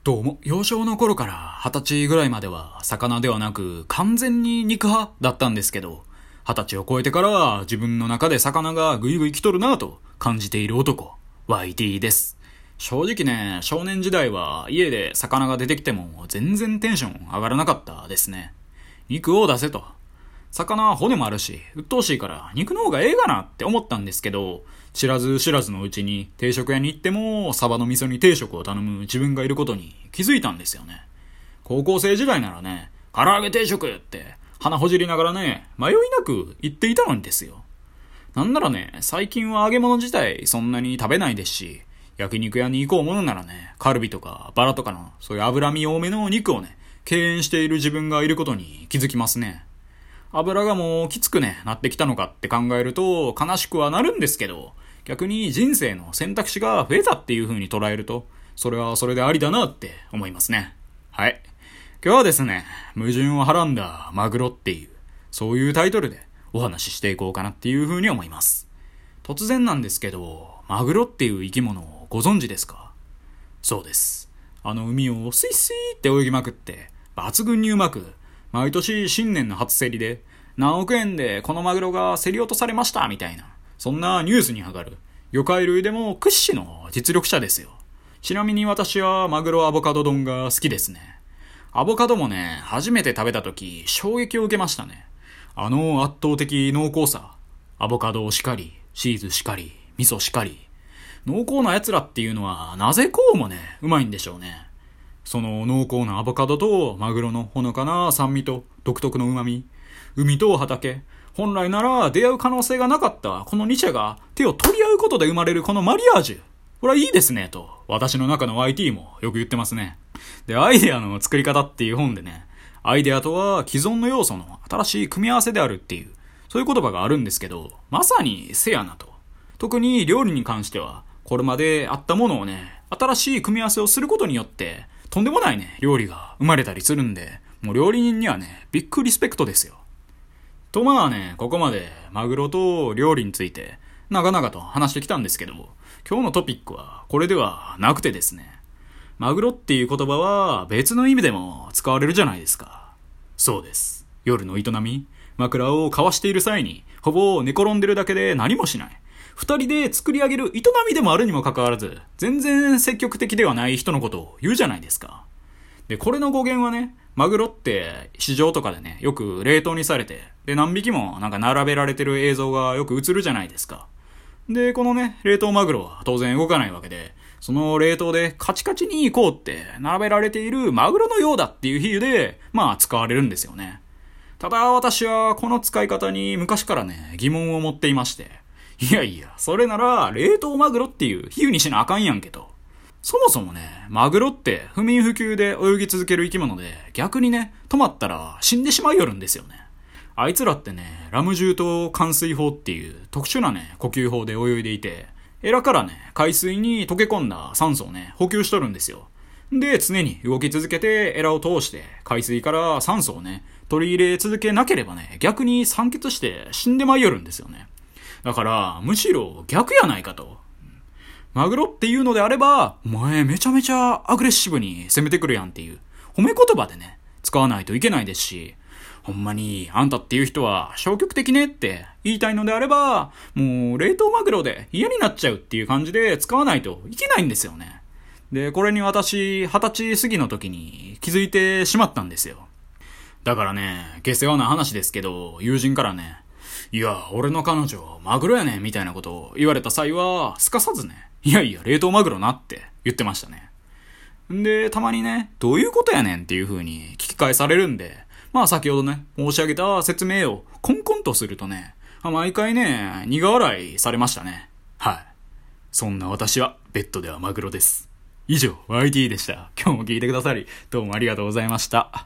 どうも、幼少の頃から20歳ぐらいまでは魚ではなく完全に肉派だったんですけど、20歳を超えてからは自分の中で魚がぐいぐい来とるなぁと感じている男、YT です。正直ね、少年時代は家で魚が出てきても全然テンション上がらなかったですね。肉を出せと。魚は骨もあるし、鬱陶しいから肉の方がええがなって思ったんですけど、知らず知らずのうちに定食屋に行ってもサバの味噌煮定食を頼む自分がいることに気づいたんですよね。高校生時代ならね、唐揚げ定食って鼻ほじりながらね、迷いなく言っていたのにですよ。なんならね、最近は揚げ物自体そんなに食べないですし、焼肉屋に行こうものならね、カルビとかバラとかのそういう脂身多めの肉をね、敬遠している自分がいることに気づきますね。油がもうきつくね、なってきたのかって考えると悲しくはなるんですけど、逆に人生の選択肢が増えたっていう風に捉えると、それはそれでありだなって思いますね。はい。今日はですね、矛盾をはらんだマグロっていう、そういうタイトルでお話ししていこうかなっていう風に思います。突然なんですけど、マグロっていう生き物をご存知ですか？そうです。海をスイスイって泳ぎまくって、抜群にうまく、毎年新年の初競りで何億円でこのマグロが競り落とされましたみたいな、そんなニュースに上がる魚介類でも屈指の実力者ですよ。ちなみに私はマグロアボカド丼が好きですね。アボカドもね、初めて食べた時衝撃を受けましたね。圧倒的濃厚さ。アボカドしかり、チーズしかり、味噌しかり。濃厚な奴らっていうのはなぜこうもね、うまいんでしょうね。その濃厚なアボカドとマグロのほのかな酸味と独特の旨味、海と畑、本来なら出会う可能性がなかったこの2者が手を取り合うことで生まれるこのマリアージュ。これはいいですねと私の中の YT もよく言ってますね。で、アイデアの作り方っていう本でね、アイデアとは既存の要素の新しい組み合わせであるっていう、そういう言葉があるんですけど、まさにせやなと。特に料理に関しては、これまであったものをね、新しい組み合わせをすることによって、とんでもないね、料理が生まれたりするんで、もう料理人にはね、ビッグリスペクトですよ。とまあね、ここまでマグロと料理について長々と話してきたんですけども、今日のトピックはこれではなくてですね、マグロっていう言葉は別の意味でも使われるじゃないですか。そうです。夜の営み、枕を交わしている際に、ほぼ寝転んでるだけで何もしない。二人で作り上げる営みでもあるにもかかわらず、全然積極的ではない人のことを言うじゃないですか。で、これの語源はね、マグロって市場とかでね、よく冷凍にされて、で、何匹もなんか並べられてる映像がよく映るじゃないですか。で、このね、冷凍マグロは当然動かないわけで、その冷凍でカチカチにこうって並べられているマグロのようだっていう比喩で、まあ使われるんですよね。ただ私はこの使い方に昔からね、疑問を持っていまして、いやいや、それなら冷凍マグロっていう比喩にしなあかんやんけと。そもそもね、マグロって不眠不休で泳ぎ続ける生き物で、逆にね、止まったら死んでしまいよるんですよね。あいつらってね、ラム銃と灌水法っていう特殊なね、呼吸法で泳いでいて、エラからね、海水に溶け込んだ酸素をね、補給しとるんですよ。で、常に動き続けてエラを通して海水から酸素をね、取り入れ続けなければね、逆に酸欠して死んでまいよるんですよね。だから、むしろ逆やないかと。マグロっていうのであれば、お前めちゃめちゃアグレッシブに攻めてくるやんっていう褒め言葉でね、使わないといけないですし、ほんまにあんたっていう人は消極的ねって言いたいのであれば、もう冷凍マグロで嫌になっちゃうっていう感じで使わないといけないんですよね。で、これに私、20歳過ぎの時に気づいてしまったんですよ。だからね、下世話な話ですけど、友人からね、いや、俺の彼女、マグロやねんみたいなことを言われた際は、すかさずね、いやいや、冷凍マグロなって言ってましたね。んで、たまにね、どういうことやねんっていう風に聞き返されるんで、まあ先ほどね、申し上げた説明をコンコンとするとね、毎回ね、苦笑いされましたね。はい。そんな私は、ベッドではマグロです。以上、YT でした。今日も聞いてくださり、どうもありがとうございました。